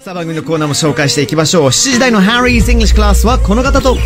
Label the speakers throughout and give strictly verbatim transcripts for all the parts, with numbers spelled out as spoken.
Speaker 1: さあ番組のコーナーも紹介していきましょう。しちじ台の Harry's English Class はこの方と、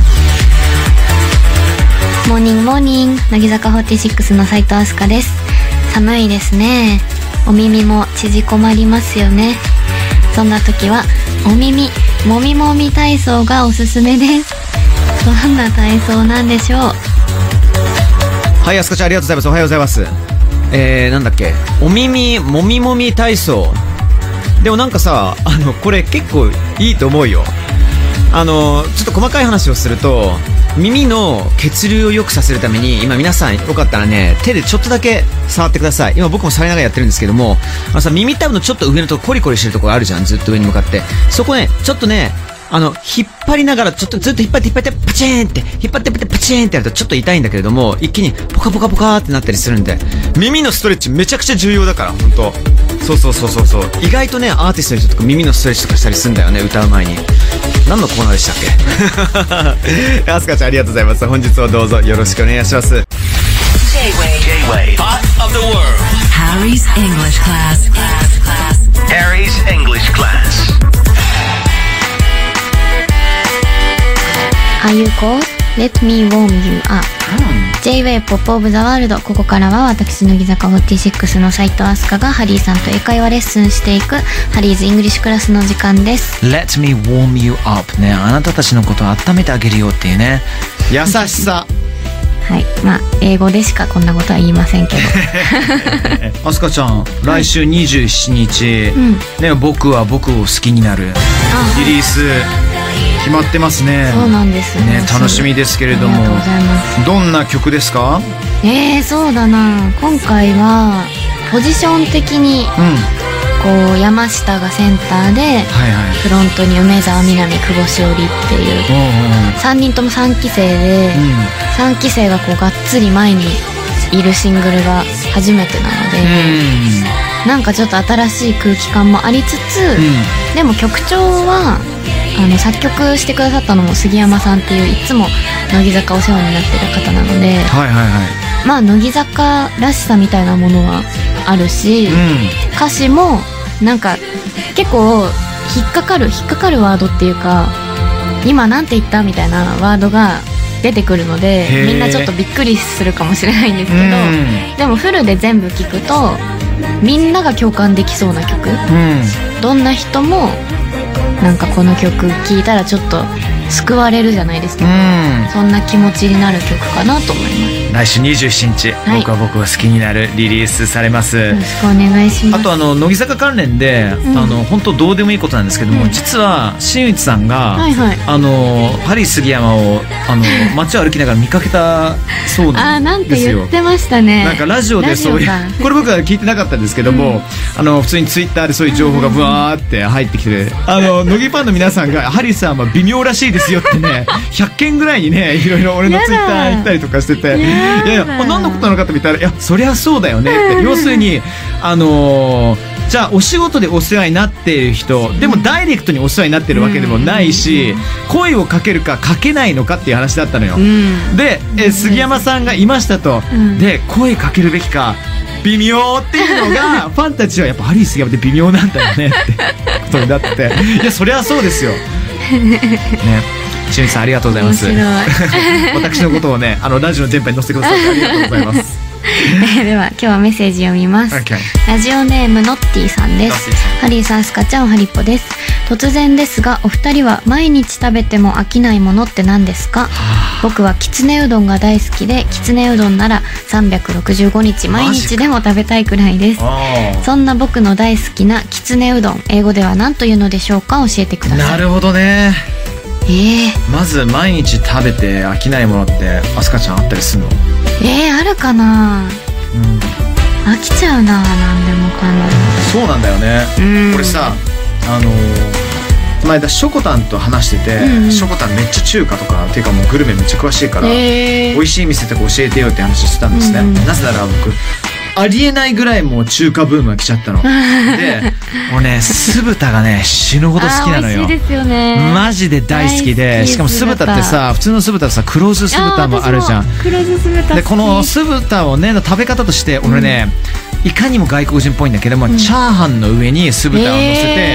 Speaker 2: モーニングモーニング、乃木坂フォーティーシックスの斉藤飛鳥です。寒いですね。お耳も縮こまりますよね。そんな時はお耳もみもみ体操がおすすめです。どんな体操なんでしょう。
Speaker 1: はい、あすかちゃんありがとうございます。おはようございます。えー、なんだっけ、お耳もみもみ体操。でもなんかさ、あのこれ結構いいと思うよ。あのちょっと細かい話をすると、耳の血流を良くさせるために今皆さんよかったらね、手でちょっとだけ触ってください。今僕も触りながらやってるんですけども、あのさ、耳たぶのちょっと上のとこコリコリしてるところあるじゃん、ずっと上に向かって。そこね、ちょっとね、あの引っ張りながらちょっとずっと引っ張って引っ張ってパチーンって引っ張ってパチーンってやるとちょっと痛いんだけれども、一気にポカポカポカってなったりするんで、耳のストレッチめちゃくちゃ重要だから、本当。そうそうそうそうそう。意外とね、アーティストの人とか耳のストレッチとかしたりするんだよね、歌う前に。何のコーナーでしたっけ？あすかちゃんありがとうございます。本日はどうぞよろしくお願いします。
Speaker 3: J-Wave Pop of the World Harry's English Class Harry's English Class
Speaker 2: Are you cold? Let me warm you up、うん、J-Wave Pop of the World。 ここからは私乃木坂フォーティーシックスの斉藤飛鳥がハリーさんと英会話レッスンしていくハリーズイングリッシュクラスの時間です。
Speaker 4: Let me warm you up ね、あなたたちのことを温めてあげるよっていうね、
Speaker 1: 優しさ
Speaker 2: はい、まあ英語でしかこんなことは言いませんけど
Speaker 4: あすかちゃん、来週にじゅうしちにち、うん、ね、僕は僕を好きになるリリース決まってますね。
Speaker 2: そうなんですね。
Speaker 4: 楽しみですけれども、どんな曲ですか？
Speaker 2: えー、そうだな、今回はポジション的に、うん、こう山下がセンターで、はいはい、フロントに梅澤美波、久保しおりっていう、うん、さんにんともさんきせいで、うん、さんきせいがこうがっつり前にいるシングルが初めてなので、うん、なんかちょっと新しい空気感もありつつ、うん、でも曲調はあの作曲してくださったのも杉山さんっていういつも乃木坂お世話になってる方なので、はいはいはい、まあ乃木坂らしさみたいなものはあるし、うん、歌詞もなんか結構引っかかる引っかかるワードっていうか、今なんて言ったみたいなワードが出てくるので、みんなちょっとびっくりするかもしれないんですけど、うん、でもフルで全部聞くとみんなが共感できそうな曲、うん、どんな人もなんかこの曲聴いたらちょっと救われるじゃないですけど、うん、そんな気持ちになる曲かなと思います。
Speaker 4: 来週にじゅうしちにち、はい、僕は僕が好きになるリリースされます。
Speaker 2: よろしくお願いします。
Speaker 4: あとあの乃木坂関連で、うん、あの本当どうでもいいことなんですけども、うん、実は新内さんが、はいはい、あのハリー杉山をあの街を歩きながら見かけたそうなんですよ。
Speaker 2: あ、なんか言ってましたね。
Speaker 4: なんかラジオでそういうこれ僕は聞いてなかったんですけども、うん、あの普通にツイッターでそういう情報がブワーって入ってきて、あの乃木ファンの皆さんがハリーさんは微妙らしいですよってねひゃっけんぐらいにね、いろいろ俺のツイッター行ったりとかしてて、いやいや何のことなのかって見たら、いやそりゃそうだよねって、要するにあのー、じゃあお仕事でお世話になっている人でもダイレクトにお世話になってるわけでもないし、声をかけるかかけないのかっていう話だったのよ。でえ杉山さんがいましたと、で声かけるべきか微妙っていうのがファンたちはやっぱハリー杉山って微妙なんだよねってことになってて、いやそりゃそうですよね。しゅんさんありがとうございます。私のことをね、あのラジオの全編に載せてくださってありがとうございます
Speaker 2: では今日はメッセージ読みます、okay. ラジオネームのってぃさんです。ハリーさん、すかちゃん、ハリッポです。突然ですがお二人は毎日食べても飽きないものって何ですか？僕はきつねうどんが大好きで、きつねうどんならさんびゃくろくじゅうごにち毎日でも食べたいくらいです。そんな僕の大好きなきつねうどん、英語では何というのでしょうか？教えてください。
Speaker 4: なるほどね。
Speaker 2: えー、
Speaker 4: まず毎日食べて飽きないものってあすかちゃんあったりするの？
Speaker 2: えー、あるかな、うん、飽きちゃうな、なんでもかんでも。
Speaker 4: そうなんだよね。これさ、あのー、前だしょこたんと話してて、うんうん、しょこたんめっちゃ中華とかっていうかもうグルメめっちゃ詳しいから、えー、美味しい店とか教えてよって話してたんですね、うんうん、なぜなら僕ありえないぐらいもう中華ブームが来ちゃったので、もうね酢豚がね死ぬほど好きなのよ。
Speaker 2: 美味しいですよね。
Speaker 4: マジで大好きで、しかも酢豚ってさ、普通の酢豚とさ黒酢酢豚もあるじゃん。
Speaker 2: 黒酢酢豚
Speaker 4: でこの酢豚をねの食べ方として俺ね、うん、いかにも外国人っぽいんだけども、うん、チャーハンの上に酢豚を乗せて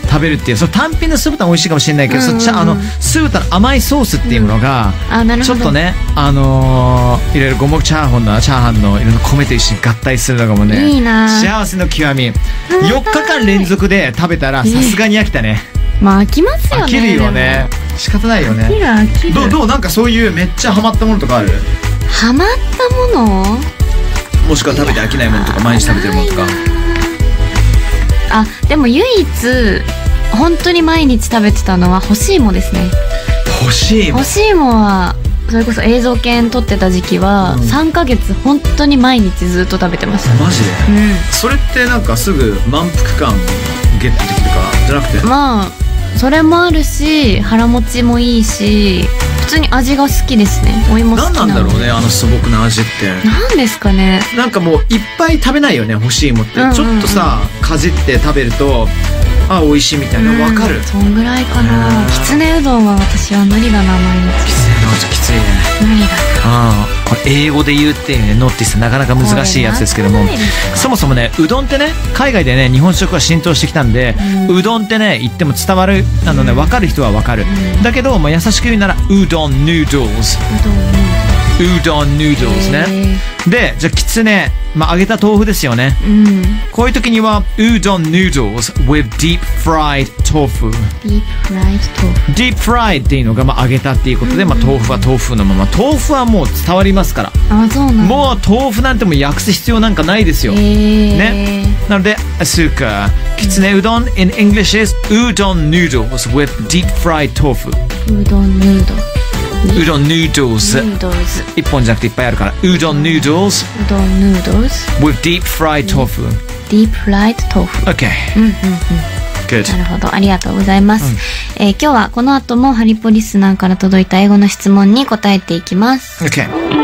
Speaker 4: 食べるっていう、その単品の酢豚美味しいかもしれないけど、うんうん、そあの酢豚の甘いソースっていうものが、うん、ちょっとね、あのー、いろいろ五目チャーハンのチャーハンのいろんな米と一緒に合体するのがもうね、
Speaker 2: いいな、
Speaker 4: 幸せの極み。よっかかん連続で食べたらさすがに飽きたね。
Speaker 2: まあ飽きますよね。
Speaker 4: 飽きるよね。仕方ないよね。
Speaker 2: 飽きる飽きる。
Speaker 4: どうどうなんかそういうめっちゃハマったものとかある？
Speaker 2: ハマったもの？
Speaker 4: もしくは食べて飽きないものとか毎日食べてるものとか。
Speaker 2: あ、でも唯一本当に毎日食べてたのは干し芋ですね。
Speaker 4: 干し芋。
Speaker 2: 干し芋はそれこそ映像研撮ってた時期はさんかげつ本当に毎日ずっと食べてました。
Speaker 4: マジで？うん。それってなんかすぐ満腹感ゲットできるからじゃなくて？まあ
Speaker 2: それもあるし腹持ちもいいし普通に味が好きですね。お芋好きなの。
Speaker 4: 何なんだろうねあの素朴な味って。
Speaker 2: 何ですかね。
Speaker 4: なんかもういっぱい食べないよね干し芋って、うんうんうん、ちょっとさかじって食べるとあ美味しいみたいな分かる、うん、
Speaker 2: そんぐらいかな。きつねうどんは私は無理だな毎日。
Speaker 4: きつねうどんじゃきついね。
Speaker 2: 無理だ。
Speaker 4: ああこれ英語で言うっていうねノッティスなかなか難しいやつですけども、そもそもねうどんってね海外でね日本食が浸透してきたんで、うん、うどんってね言っても伝わるあのね分かる人は分かる、うん、だけど、まあ、優しく言うならうどんヌードルズうどんヌードルズね。でじゃあきつね、まあ、揚げた豆腐ですよね、うん、こういう時にはうどん noodles with deep fried tofu
Speaker 2: deep fried tofu
Speaker 4: deep fried っていうのが、まあ、揚げたっていうことで、まあ、豆腐は豆腐のまま豆腐はもう伝わりますから。
Speaker 2: あ、そうなんだ。
Speaker 4: もう豆腐なんてもう焼く必要なんかないですよ、ね、なのでスーカーきつねうどん in English is うどん noodles with deep fried tofu
Speaker 2: うどんヌード
Speaker 4: うどんヌードルズ一本じゃなくていっぱいあるからうどんヌードルズ
Speaker 2: うどんヌードルズ
Speaker 4: with deep fried tofu
Speaker 2: deep fried tofu
Speaker 4: OK うんうんうん Good
Speaker 2: なるほどありがとうございます、うんえー、今日はこの後もハリポリスナーから届いた英語の質問に答えていきます。
Speaker 4: OK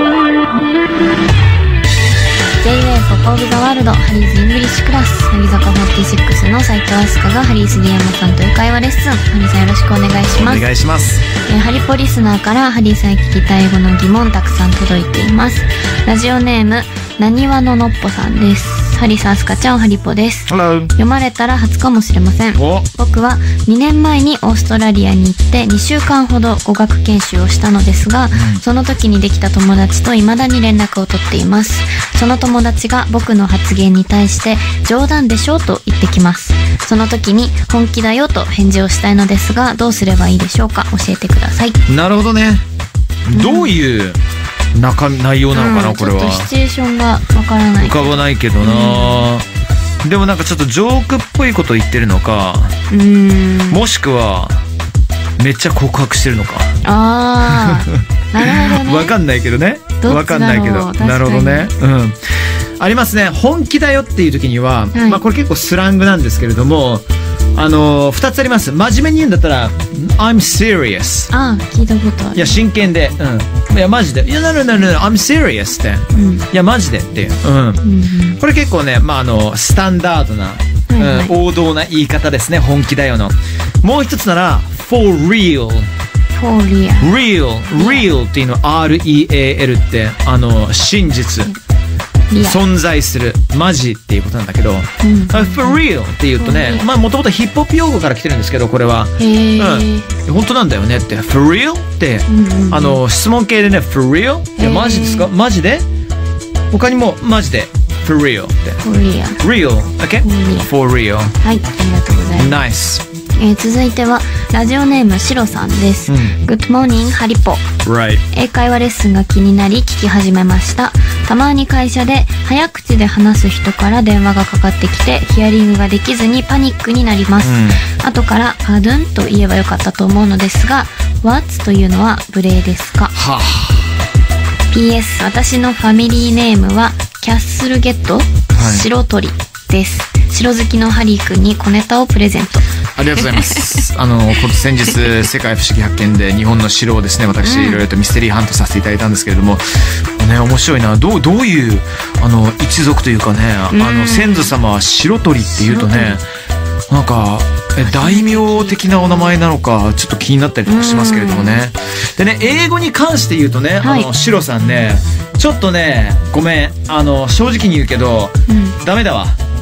Speaker 2: ジェイウェイ ポップオブザワールドハリーズイングリッシュクラス乃木坂フォーティーシックスの斉藤飛鳥がハリー杉山さんという会話レッスン。ハリーさんよろしくお願いします。
Speaker 4: お願いします、
Speaker 2: えー、ハリポリスナーからハリーさんに聞きたい英語の疑問たくさん届いています。ラジオネームなにわののっぽさんです。ハリーさん、スカちゃん、ハリポです。
Speaker 4: Hello
Speaker 2: 読まれたら初かもしれません。僕はにねんまえにオーストラリアに行ってにしゅうかんほど語学研修をしたのですが、うん、その時にできた友達と未だに連絡を取っています。その友達が僕の発言に対して冗談でしょと言ってきます。その時に本気だよと返事をしたいのですがどうすればいいでしょうか。教えてください。
Speaker 4: なるほどね、うん、どういう中内容なのかな、うん、これは
Speaker 2: ちょっとシチュエーションがわからない
Speaker 4: 浮かばないけどな、うん、でもなんかちょっとジョークっぽいこと言ってるのか、うーんもしくはめっちゃ告白してるのか。
Speaker 2: あーなるほどね。
Speaker 4: わかんないけどねわかんないけどなるほどね、うん、ありますね。本気だよっていう時には、はいまあ、これ結構スラングなんですけれどもあのー、ふたつあります。真面目に言うんだったら I'm serious
Speaker 2: あ聞いたことある。
Speaker 4: いや真剣で、うん、いやマジでいやなるなるなる I'm serious って、うん、いやマジでっていう、うんうんうん、これ結構ね、まあ、あのスタンダードな、はいはい、うん、王道な言い方ですね。本気だよのもう一つなら for real
Speaker 2: for real
Speaker 4: real real っていうの アールイーエーエル ってあの真実存在するマジっていうことなんだけど、うん、for real っていうとね、まあもともとヒップホップ用語から来てるんですけどこれは、うん、本当なんだよねって for real って、うんうん、あの質問形でね for real いやマジですかマジで他にもマジで for real って
Speaker 2: for real
Speaker 4: real OK for real
Speaker 2: はいありがとうございます。
Speaker 4: Nice
Speaker 2: えー、続いてはラジオネームシロさんです、うん、Good morning ハリポ、
Speaker 4: right.
Speaker 2: 英会話レッスンが気になり聞き始めました。たまに会社で早口で話す人から電話がかかってきてヒアリングができずにパニックになります、うん、後からパドゥンと言えばよかったと思うのですが What というのは無礼ですか、はあ、ピーエス 私のファミリーネームはキャッスルゲット、はい、白鳥です。白好きのハリー君に小ネタをプレゼント。
Speaker 4: ありがとうございますあの先日世界不思議発見で日本の城をですね私、うん、いろいろとミステリーハントさせていただいたんですけれどもね面白いな。どうどういうあの一族というかね、うん、あの先祖様は白鳥っていうとねなんか大名的なお名前なのかちょっと気になったりとかしますけれどもね。でね英語に関して言うとね、はい、あのシロさんねちょっとねごめんあの正直に言うけど、うん、ダメだわ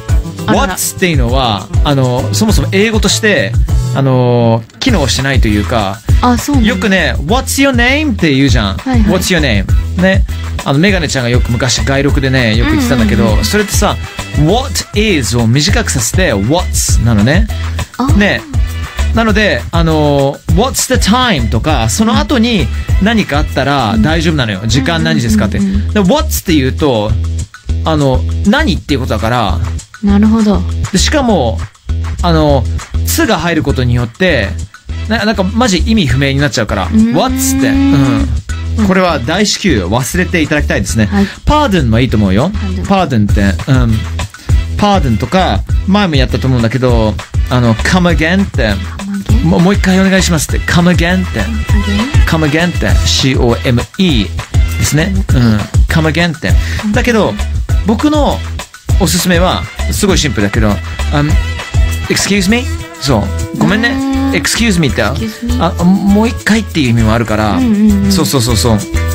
Speaker 4: What's っていうのはあのそもそも英語としてあの機能してないというか、
Speaker 2: あ、そうなんだ。
Speaker 4: よくね What's your name って言うじゃん、はいはい、What's your name ね、あのメガネちゃんがよく昔外録でねよく言ってたんだけど、うんうんうん、それってさ What is を短くさせて What's なのね。ね、なのであの What's the time とかその後に何かあったら大丈夫なのよ、時間何時ですかって。で What's って言うとあの何っていうことだから。
Speaker 2: なるほど。
Speaker 4: でしかもあのつが入ることによってな、なんかマジ意味不明になっちゃうから What's って、うん、これは大至急忘れていただきたいですね、はい、Pardon もいいと思うよ。 Pardon って、うん、Pardon とか前もやったと思うんだけどあの Come again ってもう、もう一回お願いしますって Come again って Come again って シーオーエムイー ですね、うん、Come again ってだけど僕のおすすめはすごいシンプルだけど、um, Excuse me そうごめんね Excuse me ってあもう一回っていう意味もあるから、うんうんうん、そうそうそうそう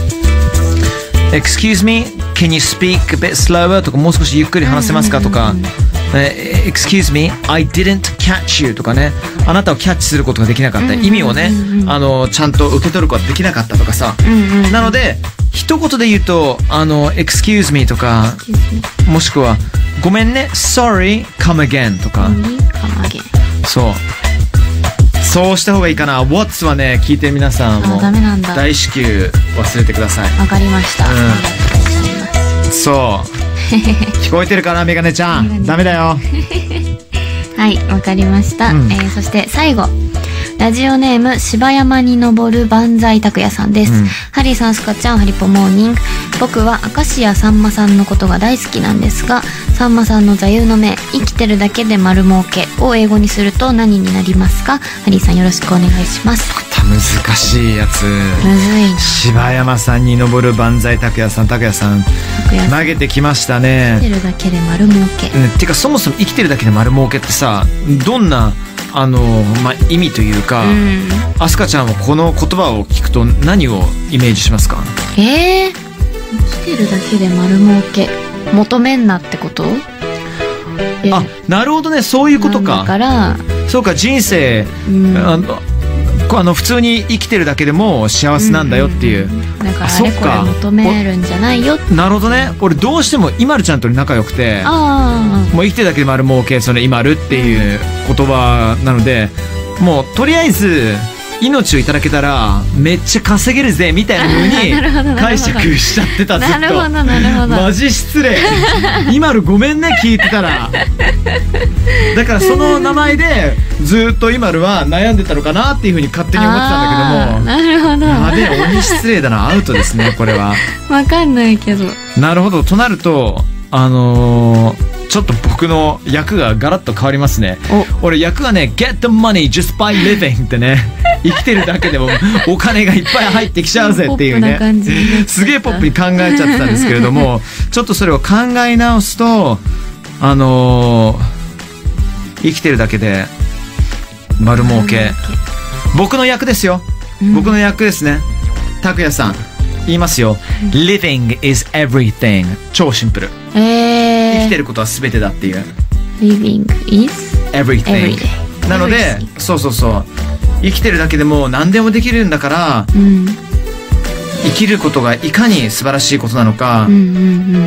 Speaker 4: Excuse me can you speak a bit slower とかもう少しゆっくり話せますかとか、うんうんうんえー、Excuse me I didn't catch you とかねあなたをキャッチすることができなかった、うんうんうんうん、意味をねあのちゃんと受け取ることができなかったとかさ、うんうんうん、なので一言で言うとあの Excuse me とかもしくはごめんね Sorry come again とか、うん、come again そうそうした方がいいかな。 What's はね聞いてる皆さんも大至急忘れてください。
Speaker 2: わかりました、
Speaker 4: うん、そう聞こえてるかなメガネちゃんダメだよ
Speaker 2: はいわかりました、うんえー、そして最後ラジオネーム芝山に登る万歳拓也さんです、うん、ハリーさんスカちゃんハリポモーニング。僕は明石家さんまさんのことが大好きなんですがさんまさんの座右の銘生きてるだけで丸儲けを英語にすると何になりますか。ハリーさんよろしくお願いします。
Speaker 4: 難しいやつ
Speaker 2: むずいな。
Speaker 4: 芝山さんに登る万歳拓也さん拓也さん投げてきましたね。
Speaker 2: 生きてるだけで丸儲け、
Speaker 4: うん、てかそもそも生きてるだけで丸儲けってさどんなあの、まあ、意味というか、うん、アスカちゃんはこの言葉を聞くと何をイメージしますか。
Speaker 2: えー、生きてるだけで丸儲け求めんなってこと。
Speaker 4: あ、なるほどねそういうことか。
Speaker 2: だから
Speaker 4: そうか人生、うん、あのあの普通に生きてるだけでも幸せなんだよっていう、うんうんうん、
Speaker 2: だからあれこれ求めるんじゃないよ。
Speaker 4: なるほどね。俺どうしてもイマルちゃんと仲良くてあもう生きてるだけで丸儲けそのイマルっていう言葉なので、うん、もうとりあえず命をいただけたらめっちゃ稼げるぜみたいな風に解釈しちゃってたずっと。
Speaker 2: なるほどなるほど
Speaker 4: マジ失礼イマルごめんね聞いてたらだからその名前でずっとイマルは悩んでたのかなっていう風に勝手に思ってたんだけども。
Speaker 2: なるほど。
Speaker 4: やべえ鬼失礼だなアウトですねこれは。
Speaker 2: わかんないけど。
Speaker 4: なるほどとなるとあのーちょっと僕の役がガラッと変わりますね。俺役がね Get the money just by living ってね生きてるだけでもお金がいっぱい入ってきちゃうぜっていうねすげえポップに考えちゃってたんですけれどもちょっとそれを考え直すとあのー、生きてるだけで丸儲け僕の役ですよ、うん、僕の役ですね。拓也さん言いますよ、うん、Living is everything 超シンプル、えー、生きてることは全てだっていう
Speaker 2: Living is
Speaker 4: everything なのでそうそうそう生きてるだけでも何でもできるんだから、うん、生きることがいかに素晴らしいことなのか、うんうんうん、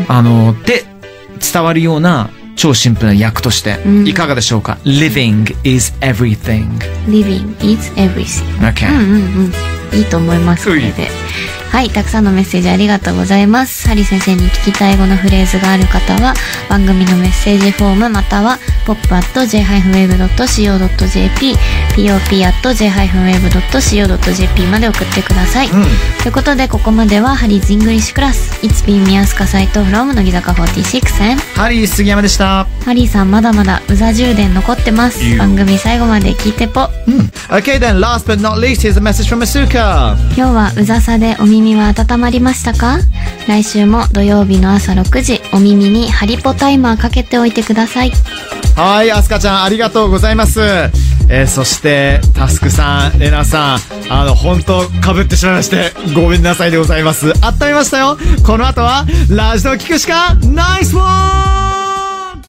Speaker 4: あので伝わるような超シンプルな役として、うん、いかがでしょうか。 Living is everything
Speaker 2: Living is everything
Speaker 4: OK、
Speaker 2: うんうんうん、いいと思いますこれで。はい、たくさんのメッセージありがとうございます。ハリー先生に聞きたい語のフレーズがある方は番組のメッセージフォームまたは ポップ アット ジェイ ハイフン ウェーブ ドット シーオー ドット ジェーピー ポップ アット ジェイ ハイフン ウェーブ ドット シーオー ドット ジェーピー まで送ってください、うん、ということでここまではハリーズイングリッシュクラス It's been 宮塚斎藤 from 乃木坂フォーティーシックス and
Speaker 4: ハリー杉山でした。
Speaker 2: ハリーさんまだまだうざ充電残ってます。番組最後まで聞いてぽ、
Speaker 4: うん、OK then last but not least here's a message from Asuka。
Speaker 2: 今日はうざさでお耳は温まりましたか。来週も土曜日の朝ろくじお耳にハリポタイマーかけておいてください。
Speaker 4: はい、アスカちゃんありがとうございます。えー、そしてタスクさんレナさんあの本当かぶってしまいましてごめんなさいでございます。あっためましたよ。この後はラジオ聞くしかナイスワン。